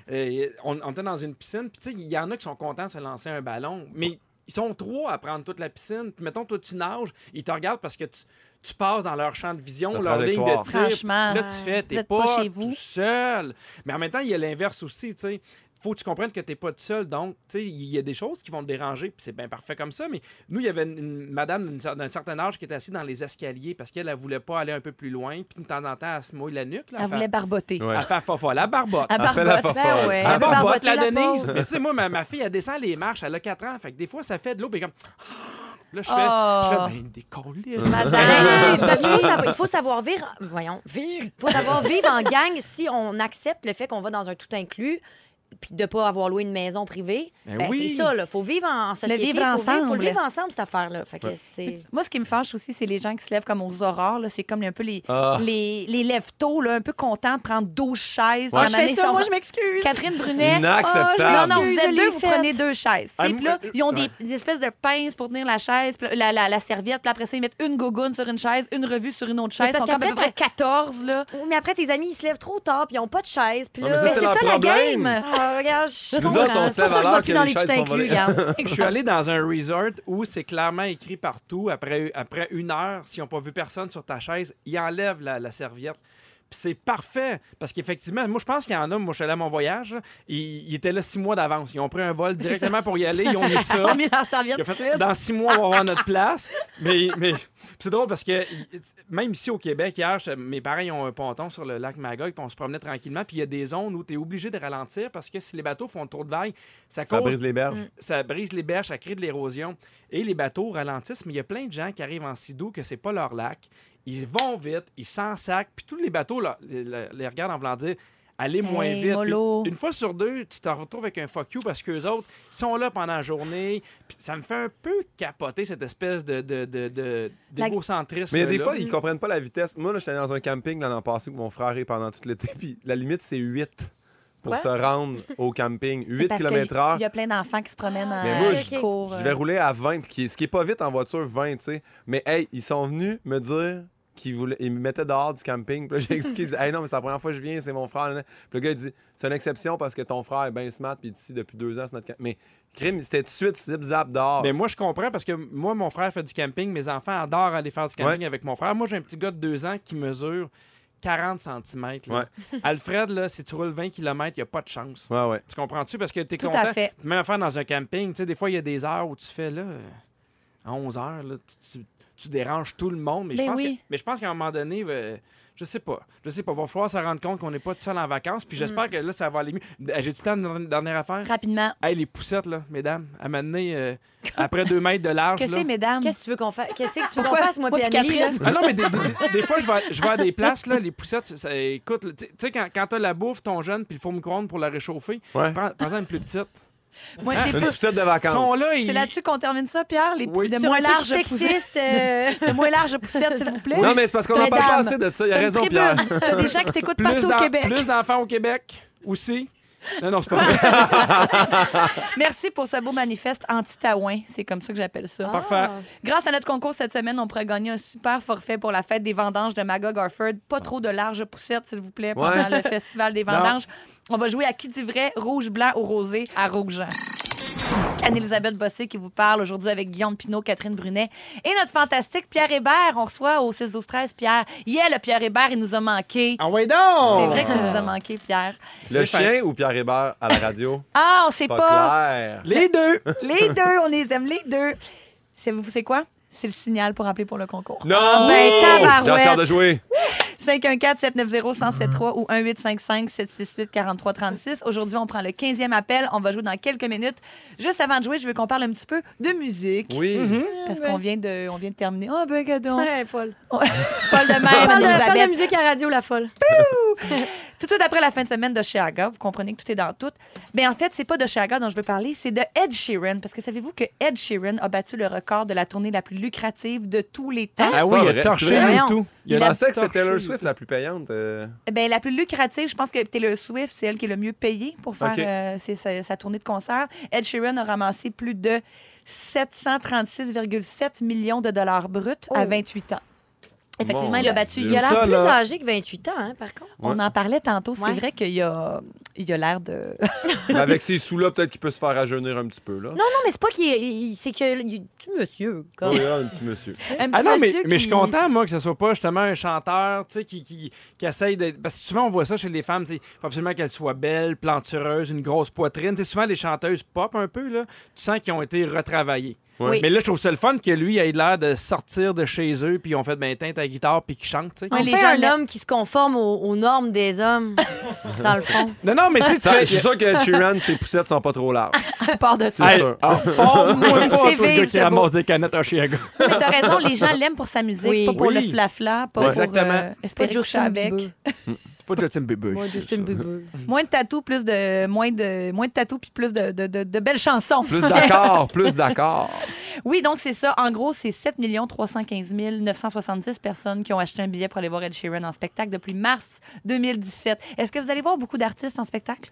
S4: on était dans une piscine, puis tu sais, il y en a qui sont contents de se lancer un ballon, mais ils sont 3 à prendre toute la piscine. Puis mettons, toi, tu nages, ils te regardent parce que tu passes dans leur champ de vision,
S3: La
S4: leur ligne de
S3: trajectoire.
S4: tir.
S2: Franchement,
S4: Puis là, tu fais,
S2: vous
S4: t'es
S2: êtes
S4: pas,
S2: pas chez vous.
S4: tout seul. Mais en même temps, il y a l'inverse aussi, tu sais. Faut que tu comprennes que t'es pas tout seul. Donc, tu sais, il y a des choses qui vont te déranger, puis c'est bien parfait comme ça. Mais nous, il y avait une madame d'un certain âge qui était assise dans les escaliers parce qu'elle, elle voulait pas aller un peu plus loin. Puis de temps en temps, elle se mouille la nuque. Là,
S2: Elle voulait barboter.
S3: Ouais.
S4: Elle fait fofolle, la barbotte.
S2: Elle
S3: Elle fait la
S2: barbote.
S3: fofolle.
S5: Ben ouais.
S4: Ah
S5: Elle
S4: bon,
S5: veut
S4: botte
S5: barboter
S4: la
S5: la
S4: Denise.
S5: pauvre.
S4: Mais tu sais, moi, ma fille, elle descend les marches, elle a 4 ans. Fait que des fois, ça fait de l'eau, puis elle est comme. Là, je fais, ben, des colis.
S5: C'est parce qu'il faut savoir vivre. Voyons, vivre. Il faut savoir vivre en gang si on accepte le fait qu'on va dans un tout inclus puis de pas avoir loué une maison privée.
S4: Ben oui.
S5: C'est ça, là. Faut vivre en société.
S2: vivre
S5: faut
S2: ensemble.
S5: Faut le vivre ensemble, cette affaire-là. Fait que c'est...
S2: Moi, ce qui me fâche aussi, c'est les gens qui se lèvent comme aux aurores. là. C'est comme un peu les
S3: Ah.
S2: lève-tôt, là, un peu contents de prendre 12 chaises.
S3: Ouais.
S2: Pendant
S5: je fais
S2: l'année,
S5: ça,
S2: ils sont-
S5: moi, je m'excuse.
S2: Catherine Brunet.
S3: Inacceptable.
S2: Non, non, vous
S5: Je
S2: êtes
S5: l'ai
S2: deux, vous
S5: faite.
S2: prenez 2 chaises.
S4: Ah,
S2: Puis là, ils ont
S4: ouais.
S2: des espèces de pinces pour tenir la chaise, puis la serviette, puis après ça, ils mettent une gogoune sur une chaise, une revue sur une autre chaise. Ils
S5: parce
S2: sont comme à peu
S5: qu'après,
S2: près 14, là.
S5: Oui, mais après, tes amis, ils se lèvent trop tard puis ils n'ont pas de chaise. Puis
S3: Non,
S5: là,
S3: mais ça, c'est leur
S2: ça, la
S3: problème.
S2: game!
S5: Ah, regarde, je
S3: Nous
S5: comprends.
S3: autres, on se
S5: C'est pour
S3: lève
S5: ça
S3: à
S5: que je
S3: l'heure
S5: vais plus dans
S3: que
S5: les
S3: les
S5: tout
S3: chaises sont
S5: inclus,
S3: volées.
S5: regarde.
S4: Je suis allé dans un resort où c'est clairement écrit partout, après 1 heure, s'ils n'ont pas vu personne sur ta chaise, ils enlèvent la serviette. Puis c'est parfait, parce qu'effectivement, moi, je pense qu'il y en a, moi, je suis allé à mon voyage, ils étaient là 6 mois d'avance. Ils ont pris un vol directement pour y aller, ils ont mis ça.
S2: Ils ont mis leur serviette
S4: Il a
S2: tout de
S4: fait,
S2: suite.
S4: dans 6 mois, on va avoir notre place. Mais c'est drôle parce que même ici au Québec, hier, mes parents ils ont un ponton sur le lac Magog, puis on se promenait tranquillement. Puis il y a des zones où tu es obligé de ralentir parce que si les bateaux font trop de vagues,
S3: Ça
S4: cause-
S3: brise les berges.
S4: ça brise les berges, ça crée de l'érosion. Et les bateaux ralentissent, mais il y a plein de gens qui arrivent en sidou que c'est pas leur lac. Ils vont vite, ils s'ensacent, puis tous les bateaux là, les regardent en voulant dire allez moins
S2: Hey,
S4: vite.
S2: mollo.
S4: Puis une fois sur 2, tu te retrouves avec un fuck you parce qu'eux autres sont là pendant la journée. Puis ça me fait un peu capoter cette espèce d'égocentrisme.
S3: Mais il y a des fois, ils comprennent pas la vitesse. Moi, là, j'étais dans un camping l'an passé où mon frère est pendant tout l'été, puis la limite, c'est 8 pour
S2: Ouais.
S3: se rendre au camping. 8
S2: Parce
S3: km/h.
S2: qu'il y a plein d'enfants qui se promènent en
S3: Mais moi,
S2: cours.
S3: Je vais rouler à 20, ce qui est pas vite en voiture, 20, tu sais. Mais hey, ils sont venus me dire il me mettait dehors du camping. Puis là, j'ai expliqué, il dit, hey, non, mais c'est la première fois que je viens, c'est mon frère. Puis le gars, il dit, c'est une exception parce que ton frère est bien smart, puis ici depuis 2 ans, c'est notre camping. Mais crime, c'était tout de suite zip-zap dehors.
S4: Mais moi, je comprends parce que moi, mon frère fait du camping. Mes enfants adorent aller faire du camping avec mon frère. Moi, j'ai un petit gars de 2 ans qui mesure 40 cm.
S3: Ouais.
S4: Alfred, là, si tu roules 20 km, il n'y a pas de chance.
S3: Ouais.
S4: Tu comprends-tu? Parce que tu es
S2: Tout
S4: content.
S2: à fait.
S4: Même affaire dans un camping, tu sais, des fois, il y a des heures où tu fais, là, à 11 heures, là, tu déranges tout le monde. Mais je pense qu'à un moment donné, je sais pas. Il va falloir se rendre compte qu'on n'est pas tout seul en vacances. Puis j'espère que là, ça va aller mieux. J'ai tout le temps une dernière affaire.
S5: Rapidement.
S4: Hey, les poussettes, là, mesdames, à m'amener après 2 mètres de large.
S2: Que
S4: là.
S2: c'est, mesdames?
S5: Qu'est-ce que tu veux qu'on fasse? Qu'est-ce que tu veux qu'on
S2: Pourquoi?
S5: fasse, moi,
S2: Moi
S5: puis
S2: puis
S5: Anneli, là?
S2: Catherine.
S4: Ah non, mais des fois, je vais à des places, là, les poussettes, écoute, là, tu sais, quand t'as la bouffe, ton jeune, puis le four micro-ondes pour la réchauffer,
S3: Ouais.
S4: prends-en une plus petite.
S2: Moi,
S4: Hein?
S2: des
S3: Une
S2: plus-
S3: poussette de
S4: Ils
S3: vacances.
S4: sont là,
S2: C'est là-dessus qu'on termine ça, Pierre?
S4: Oui.
S2: De
S5: Sur
S2: moins
S5: un truc
S2: larges poussettes.
S5: sexiste.
S2: De moins larges poussettes, s'il vous plaît.
S3: Non, mais c'est parce qu'on n'a
S2: Mesdames,
S3: pas assez de ça. Il a
S2: T'as une
S3: raison,
S2: tribune.
S3: Pierre.
S2: T'as des gens qui t'écoutent partout au Québec.
S4: Plus d'enfants au Québec aussi. Non, c'est pas vrai.
S2: Merci pour ce beau manifeste anti-taouin. C'est comme ça que j'appelle ça.
S4: Parfait.
S2: Grâce à notre concours cette semaine, on pourrait gagner un super forfait pour la fête des vendanges de Magog Harford. Pas trop de larges poussettes, s'il vous plaît, pendant
S3: Ouais.
S2: le festival des vendanges. On va jouer à qui dit vrai, rouge, blanc ou rosé à Rouge-Jean. Anne-Élisabeth Bossé qui vous parle aujourd'hui avec Guillaume Pinault, Catherine Brunet et notre fantastique Pierre Hébert. On reçoit au 6-12-13 Pierre. Le Pierre Hébert, il nous a manqué.
S4: Ah ouais
S2: C'est
S4: donc!
S2: vrai que ça nous a manqué, Pierre.
S3: Le
S4: C'est
S3: chien ou Pierre Hébert à la radio?
S2: Ah, on sait
S3: Pas
S2: pas.
S3: clair.
S4: Les deux!
S2: Les deux, on les aime, les deux. C'est quoi? C'est le signal pour appeler pour le concours.
S3: Non!
S5: ben, tabarouette.
S3: J'ai hâte de jouer.
S2: 514-790-1073 ou 1855-768-4336. Aujourd'hui, on prend le 15e appel. On va jouer dans quelques minutes. Juste avant de jouer, je veux qu'on parle un petit peu de musique.
S3: Oui.
S2: Parce qu'on vient de terminer. Oh, ben, gadon.
S5: Ouais, folle.
S2: Paul de même,
S5: Parle de
S2: Anne-Élisabeth.
S5: musique à radio, la folle.
S2: Tout de suite après la fin de semaine de Chiaga, vous comprenez que tout est dans tout. Mais en fait, c'est pas de Chiaga dont je veux parler, c'est de Ed Sheeran. Parce que savez-vous que Ed Sheeran a battu le record de la tournée la plus lucrative de tous les temps?
S4: Ah
S3: C'est
S4: oui,
S3: pas
S4: il
S3: vrai,
S4: a torché
S3: c'est vrai?
S4: le
S5: Voyons.
S4: tout.
S3: Je
S2: Il a
S3: pensais que c'était
S4: torché
S3: Taylor
S4: le
S3: Swift
S4: tout.
S3: la plus payante.
S2: Ben, la plus lucrative, je pense que Taylor Swift, c'est elle qui est le mieux payée pour faire
S3: OK.
S2: sa tournée de concert. Ed Sheeran a ramassé plus de 736,7 millions de dollars bruts à 28 ans.
S5: Effectivement,
S3: Mon
S5: il a battu.
S3: Dieu.
S5: Il a l'air
S4: Ça,
S5: plus
S4: là.
S5: âgé que 28 ans, hein, par contre.
S2: On en parlait tantôt. C'est
S5: Ouais.
S2: vrai qu'il a l'air de...
S3: Mais avec ces sous-là, peut-être qu'il peut se faire rajeunir un petit peu. Là.
S5: Non, mais c'est pas c'est que. Tu monsieur, comme.
S3: Oui, là, un petit monsieur.
S2: un petit
S4: Ah non, mais
S2: monsieur
S4: je suis
S2: qui-
S4: content, moi, que ce soit pas justement un chanteur, tu sais, qui essaye d'être... Parce que souvent, on voit ça chez les femmes, tu sais, il faut absolument qu'elles soient belles, plantureuses, une grosse poitrine. Tu sais, souvent, les chanteuses pop un peu, là, tu sens qu'ils ont été retravaillées.
S3: Ouais.
S5: Oui.
S4: Mais là, je trouve ça le fun que lui ait l'air de sortir de chez eux, puis ils ont fait, ben, teinte à guitare, puis qu'il chante, tu sais.
S5: On
S2: Ouais, les
S5: fait
S2: gens
S5: un
S2: l'aiment.
S5: homme qui se conforme aux normes des hommes, dans le fond.
S4: Non, mais tu sais, tu
S3: Ça,
S4: fais...
S3: je suis sûr que Ed Sheeran, ses poussettes sont pas trop larges.
S2: à part de
S3: C'est
S2: ça.
S4: Hey,
S3: sûr.
S4: oh, moi pas,
S2: C'est
S4: toi, le
S2: vide,
S4: gars qui
S2: c'est beau.
S4: ramasse des canettes à Chicago.
S2: Mais t'as raison, les gens l'aiment pour sa musique,
S5: Oui.
S2: pas pour
S4: Oui.
S2: le flafla, pas
S3: Ouais.
S2: pour
S4: Exactement.
S2: espérer coucher avec.
S4: C'est pas Justin Bieber.
S5: Moi, Justin Bieber.
S2: Moins de tatou, moins de tatou puis plus de belles chansons.
S3: Plus d'accord, plus d'accord.
S2: Oui, donc c'est ça. En gros, c'est 7 315 970 personnes qui ont acheté un billet pour aller voir Ed Sheeran en spectacle depuis mars 2017. Est-ce que vous allez voir beaucoup d'artistes en spectacle?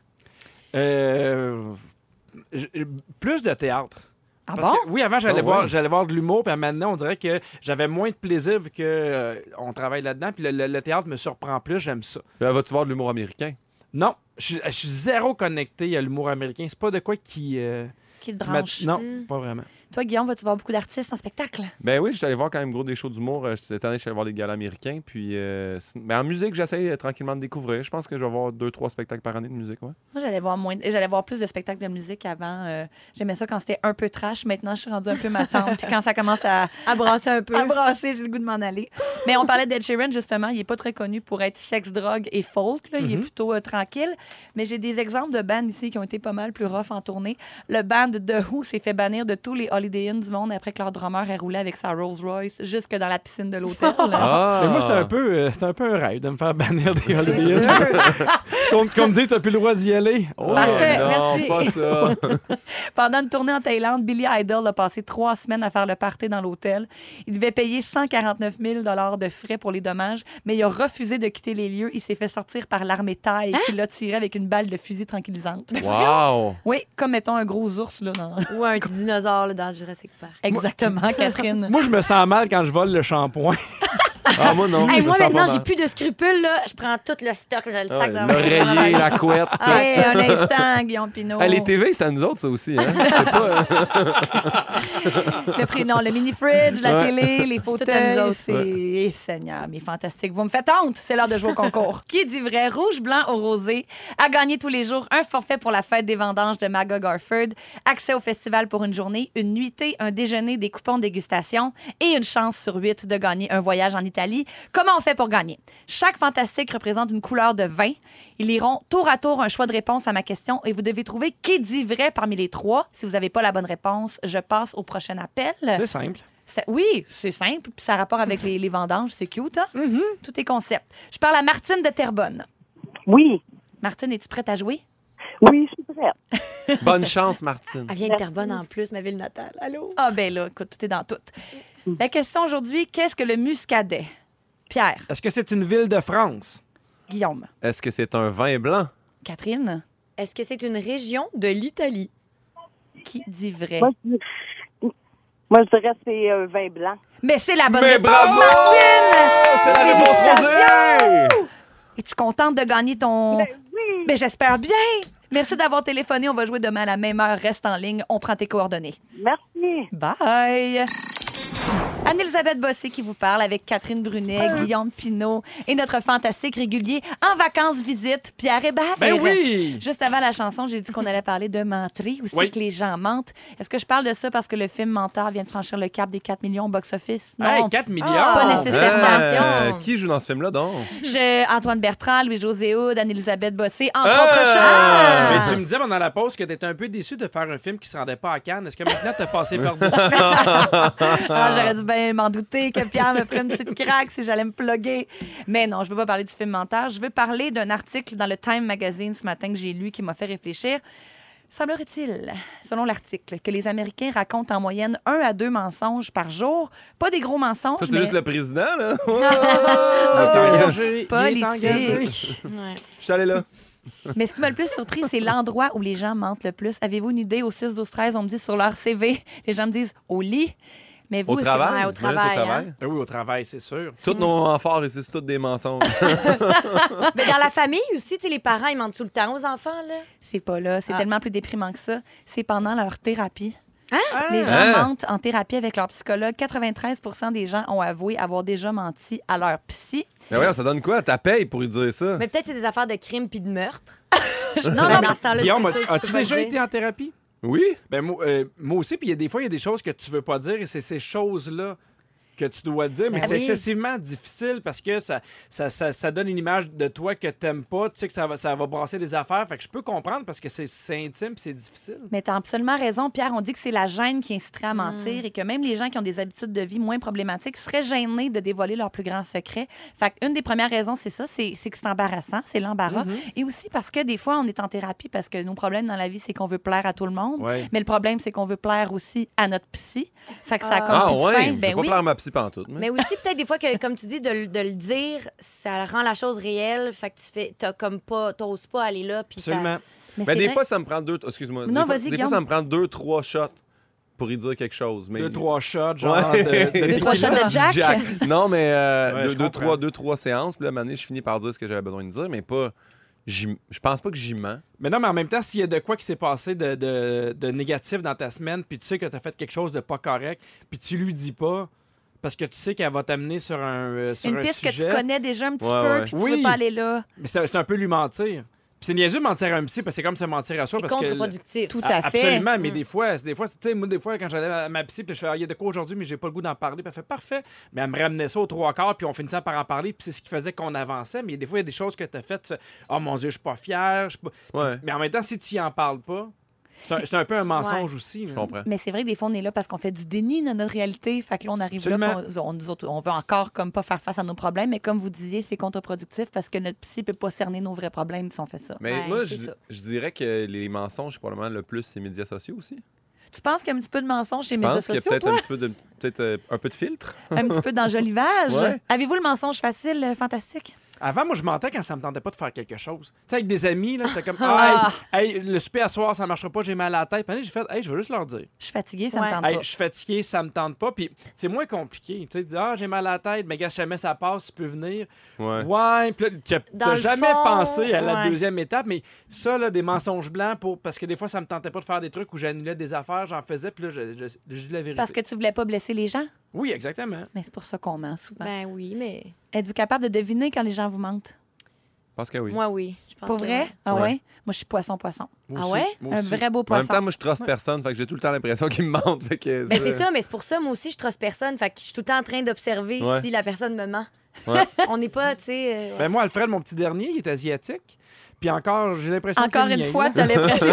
S4: Plus de théâtre.
S2: Ah
S4: Parce
S2: bon?
S4: que, oui, avant, j'allais
S3: Ah ouais.
S4: voir de l'humour, puis maintenant, on dirait que j'avais moins de plaisir vu qu'on travaille là-dedans, puis le théâtre me surprend plus, j'aime ça.
S3: Là, vas-tu voir de l'humour américain?
S4: Non, je suis zéro connecté à l'humour américain. C'est pas de quoi qui...
S2: Qui te
S4: qui
S2: branche?
S4: Non, pas vraiment.
S2: Toi, Guillaume, vas-tu voir beaucoup d'artistes en spectacle?
S3: Ben oui, je suis allé voir quand même gros des shows d'humour. Cette année, je suis allé voir des galas américains. Puis, mais en musique, j'essaie tranquillement de découvrir. Je pense que je vais voir 2-3 spectacles par année de musique. Ouais.
S2: Moi, j'allais voir plus de spectacles de musique avant. J'aimais ça quand c'était un peu trash. Maintenant, je suis rendue un peu ma tante. Puis quand ça commence à
S5: Brasser un peu.
S2: brasser, j'ai le goût de m'en aller. Mais on parlait d'Ed Sheeran, justement. Il n'est pas très connu pour être sexe, drogue et folk. Là. Il est plutôt tranquille. Mais j'ai des exemples de bands ici qui ont été pas mal plus rough en tournée. Le band The Who s'est fait bannir de tous les Holiday Inn du monde après que leur drummer ait roulé avec sa Rolls Royce jusque dans la piscine de l'hôtel.
S3: Ah!
S4: Mais moi, c'était un peu un rêve de me faire bannir des
S5: C'est
S4: Holiday
S5: sûr.
S4: Inn. Comme dit, t'as plus le droit d'y aller. Oh,
S2: Parfait,
S3: non,
S2: merci.
S3: pas ça.
S2: Pendant une tournée en Thaïlande, Billy Idol a passé 3 semaines à faire le party dans l'hôtel. Il devait payer 149 000 de frais pour les dommages, mais il a refusé de quitter les lieux. Il s'est fait sortir par l'armée thaï qui l'a tiré avec une balle de fusil tranquillisante.
S3: Wow!
S2: Oui, comme mettons un gros ours là, dans...
S5: Ou un dinosaure là, dans Jurassic Park.
S2: Exactement, Catherine.
S4: Moi, je me sens mal quand je vole le shampoing.
S3: Ah, moi, non.
S5: Hey,
S3: je me
S5: moi,
S3: sens pas
S5: maintenant,
S3: mal.
S5: j'ai plus de scrupules. Là. Je prends tout le stock, je le sac
S3: Ouais,
S5: dans
S3: l'oreiller, la couette, tout.
S2: Hey, un instant, Guillaume Pinot.
S3: Les TV, c'est à nous autres, ça aussi. Hein? C'est pas...
S2: Le mini-fridge, la
S3: Ouais.
S2: télé, les
S5: tout à nous
S2: fauteuils.
S5: autres.
S2: C'est... Eh, Seigneur, mais fantastique. Vous me faites honte. C'est l'heure de jouer au concours. Qui dit vrai, rouge, blanc ou rosé, a gagné tous les jours un forfait pour la fête des vendanges de Magog Harford, accès au festival pour une journée, une nuitée, un déjeuner, des coupons de dégustation et une chance sur 8 de gagner un voyage en Italie. Comment on fait pour gagner? Chaque fantastique représente une couleur de vin. Ils liront tour à tour un choix de réponse à ma question et vous devez trouver qui dit vrai parmi les trois. Si vous n'avez pas la bonne réponse, je passe au prochain appel.
S4: C'est simple.
S2: Oui, c'est simple, puis ça a rapport avec les vendanges, c'est cute, hein? Tout est concept. Je parle à Martine de Terrebonne.
S6: Oui.
S2: Martine, es-tu prête à jouer?
S6: Oui, je suis prête.
S3: Bonne chance, Martine.
S5: Elle vient de Terrebonne en plus, ma ville natale. Allô?
S2: Ah ben là, écoute, tout est dans tout. La question aujourd'hui, qu'est-ce que le muscadet? Pierre,
S4: Est-ce que c'est une ville de France?
S2: Guillaume,
S3: Est-ce que c'est un vin blanc?
S2: Catherine,
S5: Est-ce que c'est une région de l'Italie?
S2: qui dit vrai?
S6: Moi, je dirais que c'est un vin blanc.
S2: Mais c'est la bonne
S3: Mais
S2: réponse,
S3: bravo!
S2: Martine!
S3: C'est la réponse
S2: Félicitations!
S3: rosée!
S2: Es-tu contente de gagner ton...
S6: Ben oui.
S2: Ben j'espère bien! Merci d'avoir téléphoné. On va jouer demain à la même heure. Reste en ligne. On prend tes coordonnées.
S6: Merci.
S2: Bye! Anne-Elisabeth Bossé qui vous parle avec Catherine Brunet, Guillaume Pinot et notre fantastique régulier en vacances visite, Pierre Hébert.
S4: Ben oui!
S2: Juste avant la chanson, j'ai dit qu'on allait parler de menterie, aussi
S4: Oui.
S2: que les gens mentent. Est-ce que je parle de ça parce que le film Menteur vient de franchir le cap des 4 millions au box-office? Non.
S4: Hey, 4 millions!
S5: Pas nécessairement.
S3: Qui joue dans ce film-là, donc?
S2: Antoine Bertrand, Louis-José Hood, Anne-Elisabeth Bossé, entre
S3: Ah!
S2: autres choses.
S4: Mais tu me disais pendant la pause que tu étais un peu déçu de faire un film qui se rendait pas à Cannes. Est-ce que maintenant tu as passé par-dessus?
S2: Ah, j'aurais dû bien m'en douter que Pierre me ferait une petite craque si j'allais me plugger. Mais non, je veux pas parler du film Menteur. Je veux parler d'un article dans le Time Magazine ce matin que j'ai lu qui m'a fait réfléchir. Semblerait-il, selon l'article, que les Américains racontent en moyenne 1 à 2 mensonges par jour. Pas des gros mensonges,
S3: Ça, c'est
S2: mais
S3: juste le président, là?
S4: Il est engagé. Il est engagé.
S2: politique.
S5: Ouais.
S3: Je suis allé là.
S2: Mais ce qui m'a le plus surpris, c'est l'endroit où les gens mentent le plus. Avez-vous une idée? Au 6, 12, 13, on me dit sur leur CV, les gens me disent au lit. Mais vous,
S3: Au
S2: est-ce que-
S3: travail?
S5: Ouais, au
S3: Vous allez
S5: travail,
S3: au travail?
S4: Ah oui, au travail, c'est sûr.
S3: Tous nos moments forts ici, c'est tous des mensonges.
S5: Mais dans la famille aussi, tu sais, les parents, ils mentent tout le temps aux enfants, là.
S2: C'est pas là. C'est
S5: Ah.
S2: tellement plus déprimant que ça. C'est pendant leur thérapie.
S4: Ah!
S2: Les gens
S3: Hein?
S2: mentent en thérapie avec leur psychologue. 93 des gens ont avoué avoir déjà menti à leur psy.
S3: Mais ouais, ça donne quoi? Ta paye pour lui dire ça?
S5: Mais peut-être c'est des affaires de crime puis de meurtre.
S2: Non,
S5: Ben,
S2: non,
S5: dans ce temps-là,
S4: Guillaume,
S5: c'est sûr que tu
S4: as-tu
S5: peux pas
S4: déjà
S5: le
S4: été
S5: dire.
S4: en thérapie?
S3: Oui?
S4: Ben, moi aussi, puis des fois, il y a des choses que tu veux pas dire et c'est ces choses-là que tu dois dire, mais
S5: Ben
S4: c'est
S5: oui.
S4: excessivement difficile parce que ça donne une image de toi que t'aimes pas. Tu sais que ça va brasser des affaires. Fait que je peux comprendre parce que c'est intime puis c'est difficile.
S2: mais t'as absolument raison, Pierre. On dit que c'est la gêne qui inciterait à mentir et que même les gens qui ont des habitudes de vie moins problématiques seraient gênés de dévoiler leurs plus grands secrets. Fait qu'une des premières raisons, c'est ça, c'est que c'est embarrassant, c'est l'embarras. Et aussi parce que des fois, on est en thérapie parce que nos problèmes dans la vie, c'est qu'on veut plaire à tout le monde.
S4: Ouais.
S2: Mais le problème, c'est qu'on veut plaire aussi à notre psy. Fait que ça a comme
S3: Ah
S2: plus de
S3: ouais?
S2: fin.
S3: Je
S2: Ben
S3: vais pas
S2: oui.
S3: plaire à ma psy pantoute.
S5: Mais aussi, peut-être des fois, que, comme tu dis, de le dire, ça rend la chose réelle. Fait que t'oses pas aller là. Puis ça...
S4: Absolument.
S2: Mais
S3: Mais
S2: c'est
S3: des
S2: vrai.
S3: fois, ça me prend excuse-moi.
S2: Non,
S3: Des fois-
S2: vas-y,
S3: Des fois,
S2: Guillaume.
S3: ça me prend 2-3 shots pour y dire quelque chose. Mais...
S4: 2-3 shots, genre
S3: Ouais.
S4: de
S2: 2-3 shots de Jack.
S3: Non, mais
S4: Ouais, je comprends.
S3: 2-3 séances. Puis là, à un moment donné, je finis par dire ce que j'avais besoin de dire, mais pas. Je pense pas que j'y mens.
S4: Mais non, mais en même temps, s'il y a de quoi qui s'est passé de négatif dans ta semaine, puis tu sais que tu as fait quelque chose de pas correct, puis tu lui dis pas, parce que tu sais qu'elle va t'amener sur sur
S2: Une
S4: un
S2: piste
S4: sujet.
S2: que tu connais déjà un petit
S3: Ouais,
S2: peu,
S3: ouais.
S2: puis tu
S4: Oui.
S2: veux pas aller là.
S4: Mais c'est un peu lui mentir. Puis c'est niaiseux de mentir à un psy, parce que c'est comme se mentir à soi.
S5: C'est
S4: parce que
S5: contre-productif.
S2: Tout à fait.
S4: Absolument, mais des fois, tu sais, moi, des fois, quand j'allais à ma psy, puis je fais, il y a de quoi aujourd'hui, mais j'ai pas le goût d'en parler. Puis elle fait, parfait. Mais elle me ramenait ça aux 3/4, puis on finissait par en parler, puis c'est ce qui faisait qu'on avançait. Mais des fois, il y a des choses que tu as faites, tu fais, oh mon Dieu, je suis pas fier. je suis pas-
S3: Ouais,
S4: Mais en même temps, si tu y en parles pas, c'est un peu un mensonge aussi.
S3: je comprends.
S2: Mais c'est vrai que des fois, on est là parce qu'on fait du déni de notre réalité. Fait que là, on arrive là,
S4: Absolument.
S2: puis nous autres, on veut encore comme pas faire face à nos problèmes. Mais comme vous disiez, c'est contre-productif parce que notre psy peut pas cerner nos vrais problèmes si on fait ça.
S3: Mais
S5: Ouais,
S3: moi,
S5: c'est ça.
S3: je dirais que les mensonges, probablement le plus, c'est les médias sociaux aussi.
S2: Tu penses qu'il y a un petit peu de mensonge chez
S3: Je
S2: les médias
S3: pense qu'il y a
S2: sociaux,
S3: peut-être
S2: toi?
S3: un petit peu de filtre.
S2: Un petit peu d'enjolivage?
S3: Ouais.
S2: Avez-vous le mensonge facile, fantastique?
S4: Avant, moi, je mentais quand ça me tentait pas de faire quelque chose. Tu sais, avec des amis, là, c'est comme, hey, le souper à soir, ça marchera pas, j'ai mal à la tête. Puis j'ai fait, hey, je veux juste leur dire.
S2: Je suis fatiguée, ça
S5: Ouais.
S2: me tente
S4: Hey,
S2: pas.
S4: je suis fatigué, ça me tente pas. Puis c'est moins compliqué. Tu sais, dire, j'ai mal à la tête, mais gars, si jamais ça passe, tu peux venir.
S3: Ouais.
S4: Puis là,
S5: Dans
S4: t'as
S5: le
S4: jamais
S5: fond,
S4: pensé à la
S5: ouais.
S4: deuxième étape, mais ça, là, des mensonges blancs, parce que des fois, ça me tentait pas de faire des trucs où j'annulais des affaires, j'en faisais, puis là, je dis la vérité.
S2: Parce que tu voulais pas blesser les gens?
S4: Oui, exactement.
S2: Mais c'est pour ça qu'on ment souvent.
S5: Ben oui, mais
S2: Êtes-vous capable de deviner quand les gens vous mentent?
S3: Je pense que oui.
S5: moi, oui. Je pense
S2: Pour
S5: que
S2: vrai?
S5: oui.
S2: Ah
S3: Ouais.
S2: ouais? Moi, je suis poisson-poisson.
S4: Moi
S5: Ah
S4: aussi,
S5: ouais?
S4: moi
S2: Un
S4: aussi.
S2: vrai beau
S3: En même
S2: poisson.
S3: temps, moi, je trosse personne, fait que j'ai tout le temps l'impression qu'ils me mentent. Fait que
S5: Ben c'est ça, mais c'est pour ça, moi aussi, je trosse personne. Fait que je suis tout le temps en train d'observer
S3: Ouais.
S5: si la personne me ment.
S3: Ouais.
S5: On n'est pas, tu sais...
S4: Ben moi, Alfred, mon petit dernier, il est asiatique. Puis encore, j'ai l'impression
S2: Encore
S4: qu'il
S2: une
S4: niaise,
S2: fois,
S4: là.
S2: t'as l'impression.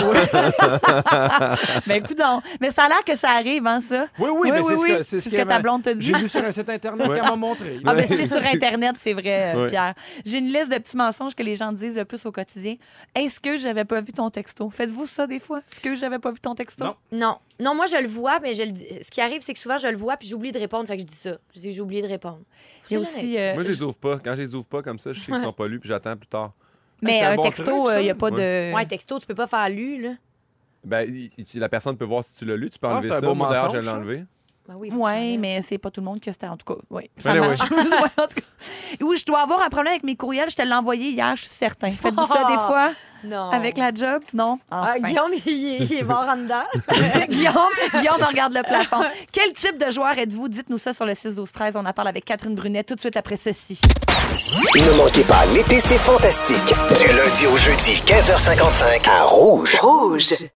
S2: Ben, écoute donc. Mais ça a l'air que ça arrive, hein, ça?
S4: Oui, mais c'est
S2: oui.
S4: ce
S2: C'est
S4: que
S2: ce que ta blonde te dit.
S4: J'ai vu sur un site Internet
S3: Ouais.
S4: qu'elle m'a montré.
S2: Ah, ben c'est sur Internet, c'est vrai,
S3: Ouais.
S2: Pierre. J'ai une liste de petits mensonges que les gens disent le plus au quotidien. Est-ce que j'avais pas vu ton texto? Faites-vous ça des fois? Est-ce que j'avais pas vu ton texto?
S4: Non.
S5: Non. Non, moi, je le vois, mais ce qui arrive, c'est que souvent, je le vois, puis j'oublie de répondre. Fait que je dis ça. Je dis, j'ai oublié de répondre.
S2: Il y a
S5: C'est
S2: aussi.
S3: Moi, je les ouvre pas. Quand je les ouvre pas comme ça, je sais qu'ils sont pas lus, puis j'attends plus tard.
S2: mais
S4: c'est un
S2: un
S4: bon
S2: texto,
S4: truc, ça.
S2: il n'y a pas de.
S5: Ouais, texto, tu peux pas faire lu, là.
S3: Ben, la personne peut voir si tu l'as lu, tu peux
S4: Ah,
S3: enlever
S4: c'est un
S3: ça.
S4: beau
S3: Moi, d'ailleurs, je
S4: mensonge,
S3: l'ai
S4: ça.
S3: enlevé.
S5: Ben oui, faut que tu
S2: Oui,
S5: l'enlèves.
S2: mais c'est pas tout le monde que c'était. En tout cas, oui.
S3: Ben oui.
S2: Ouais, en tout cas. Oui, je dois avoir un problème avec mes courriels. Je te l'ai envoyé hier, je suis certain. Faites-vous ça des fois
S5: Non.
S2: avec la job? Non?
S5: Ah,
S2: Enfin.
S5: Guillaume, il est mort en dedans.
S2: Guillaume regarde le plafond. Quel type de joueur êtes-vous? Dites-nous ça sur le 6-12-13. On en parle avec Catherine Brunet tout de suite après ceci.
S1: Ne manquez pas, l'été, c'est fantastique. Du lundi au jeudi, 15h55 à Rouge.